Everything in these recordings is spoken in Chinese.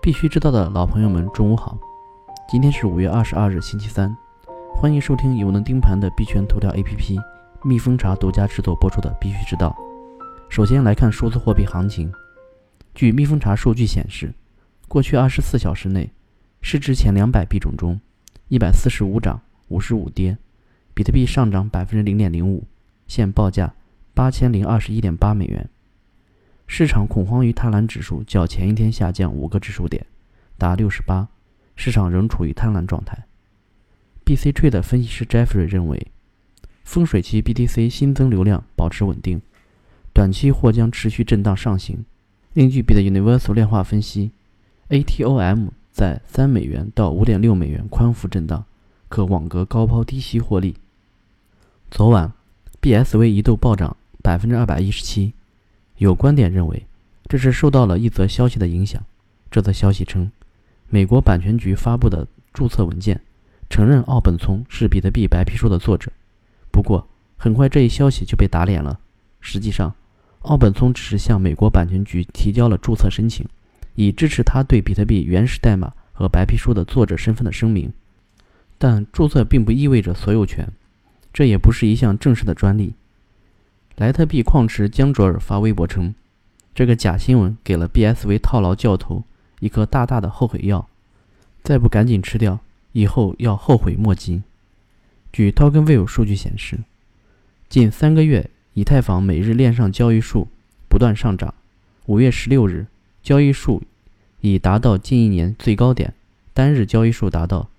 必须知道的老朋友们，中午好！今天是5月22日，星期三，欢迎收听有能盯盘的币圈头条 APP 蜜蜂茶独家制作播出的必须知道。首先来看数字货币行情。据蜜蜂茶数据显示，过去24小时内，市值前200币种中，145涨，55跌，比特币上涨 0.05%， 现报价8021.8美元。市场恐慌与贪婪指数较前一天下降5个指数点，达68，市场仍处于贪婪状态。BC Trade 分析师 Jeffrey 认为，风水期 BTC 新增流量保持稳定，短期或将持续震荡上行。另据 BitUniversal 量化分析 ，ATOM 在3美元到 5.6 美元宽幅震荡，可网格高抛低吸获利。昨晚 BSV 一度暴涨 217%。有观点认为，这是受到了一则消息的影响。这则消息称，美国版权局发布的注册文件承认奥本聪是比特币白皮书的作者。不过，很快这一消息就被打脸了。实际上，奥本聪只是向美国版权局提交了注册申请，以支持他对比特币原始代码和白皮书的作者身份的声明。但注册并不意味着所有权，这也不是一项正式的专利。莱特币矿池江卓尔发微博称，这个假新闻给了 BSV 套牢教头一颗大大的后悔药，再不赶紧吃掉，以后要后悔莫及。据 TokenView 数据显示，近3个月以太坊每日链上交易数不断上涨，5月16日交易数已达到近1年最高点，单日交易数达到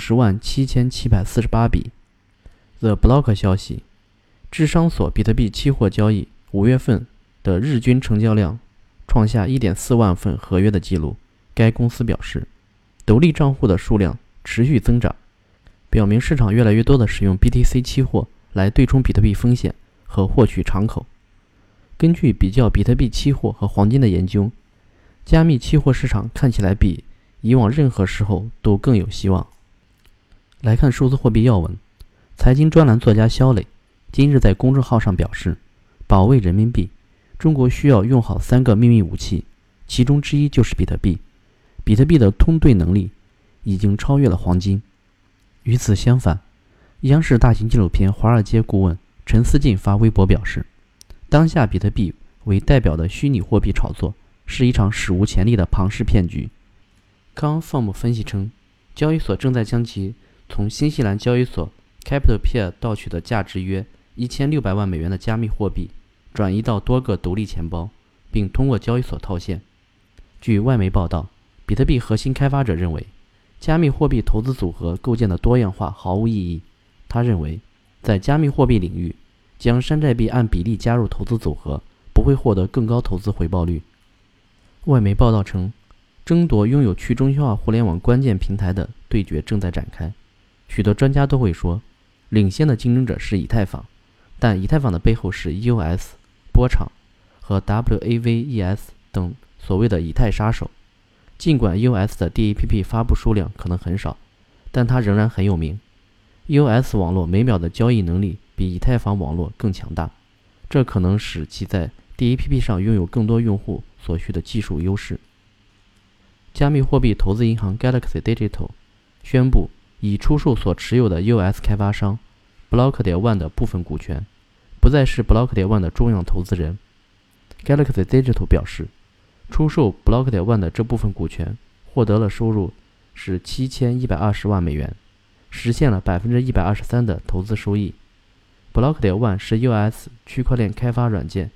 907748笔。The Block 消息，智商所比特币期货交易5月份的日均成交量创下 1.4 万份合约的记录。该公司表示，独立账户的数量持续增长，表明市场越来越多的使用 BTC 期货来对冲比特币风险和获取敞口。根据比较比特币期货和黄金的研究，加密期货市场看起来比以往任何时候都更有希望。来看数字货币要闻，财经专栏作家肖磊今日在公众号上表示，保卫人民币，中国需要用好3个秘密武器，其中之一就是比特币。比特币的通兑能力已经超越了黄金。与此相反，央视大型纪录片《华尔街》顾问陈思进发微博表示，当下比特币为代表的虚拟货币炒作是一场史无前例的庞氏骗局。康 Firm 分析称，交易所正在将其从新西兰交易所 Capital Pier 盗取的价值约1600万美元的加密货币转移到多个独立钱包，并通过交易所套现。据外媒报道，比特币核心开发者认为，加密货币投资组合构建的多样化毫无意义。他认为，在加密货币领域，将山寨币按比例加入投资组合不会获得更高投资回报率。外媒报道称，争夺拥有去中心化互联网关键平台的对决正在展开。许多专家都会说，领先的竞争者是以太坊，但以太坊的背后是 EOS、波场和 WAVES 等所谓的以太杀手。尽管 EOS 的 DAPP 发布数量可能很少，但它仍然很有名。EOS 网络每秒的交易能力比以太坊网络更强大，这可能使其在 DAPP 上拥有更多用户所需的技术优势。加密货币投资银行 Galaxy Digital 宣布已出售所持有的 EOS 开发商 Block.One 的部分股权，不再是 Block.One 的重要投资人。Galaxy Digital 表示，出售 Block.One 的这部分股权获得了收入是7120万美元，实现了 123% 的投资收益。Block.One 是 EOS 区块链开发软件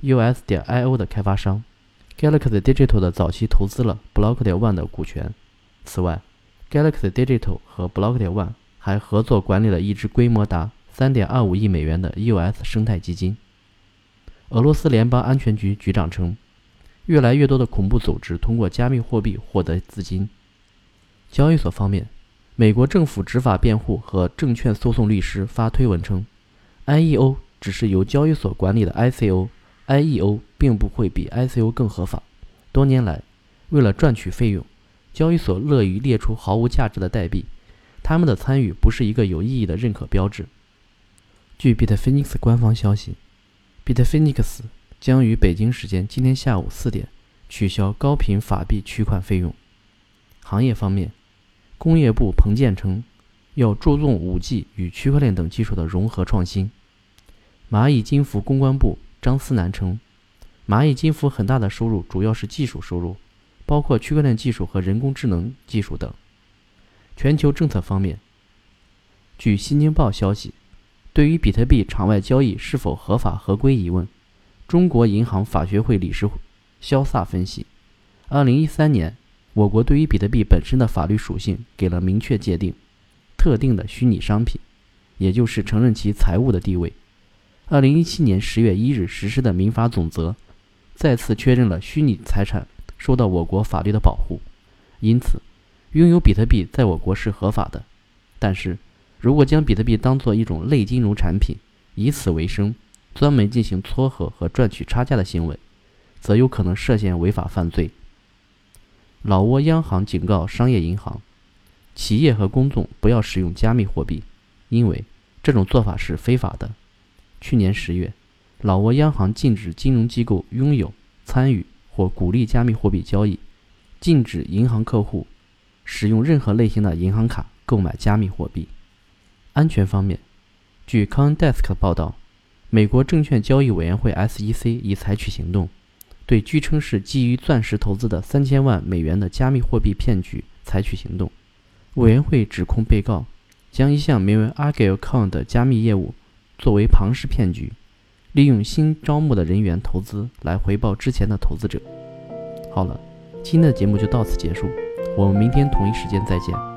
EOS.io 的开发商。Galaxy Digital 的早期投资了 Block.One 的股权。此外， Galaxy Digital 和 Block.One 还合作管理了一支规模达 3.25 亿美元的 EOS 生态基金。俄罗斯联邦安全局局长称，越来越多的恐怖组织通过加密货币获得资金。交易所方面，美国政府执法辩护和证券诉讼律师发推文称， IEO 只是由交易所管理的 ICO，IEO 并不会比 ICO 更合法。多年来，为了赚取费用，交易所乐于列出毫无价值的代币，他们的参与不是一个有意义的认可标志。据 Bitfinex 官方消息， Bitfinex 将于北京时间今天下午4点取消高频法币取款费用。 行业方面，工业部彭建称要注重 5G 与区块链等技术的融合创新。蚂蚁金服公关部张思南称，蚂蚁金服很大的收入主要是技术收入，包括区块链技术和人工智能技术等。全球政策方面，据新京报消息，对于比特币场外交易是否合法合规疑问，中国银行法学会理事肖萨分析，2013年我国对于比特币本身的法律属性给了明确界定，特定的虚拟商品，也就是承认其财务的地位。2017年10月1日实施的民法总则再次确认了虚拟财产受到我国法律的保护，因此拥有比特币在我国是合法的。但是如果将比特币当作一种类金融产品，以此为生，专门进行撮合和赚取差价的行为，则有可能涉嫌违法犯罪。老挝央行警告商业银行，企业和公众不要使用加密货币，因为这种做法是非法的。去年10月，老挝央行禁止金融机构拥有、参与或鼓励加密货币交易，禁止银行客户使用任何类型的银行卡购买加密货币。安全方面，据 CoinDesk 报道，美国证券交易委员会 SEC 已采取行动，对据称是基于钻石投资的3000万美元的加密货币骗局采取行动。委员会指控被告将一项名为 ArgaleCoin 的加密业务作为庞氏骗局，利用新招募的人员投资来回报之前的投资者。好了，今天的节目就到此结束，我们明天同一时间再见。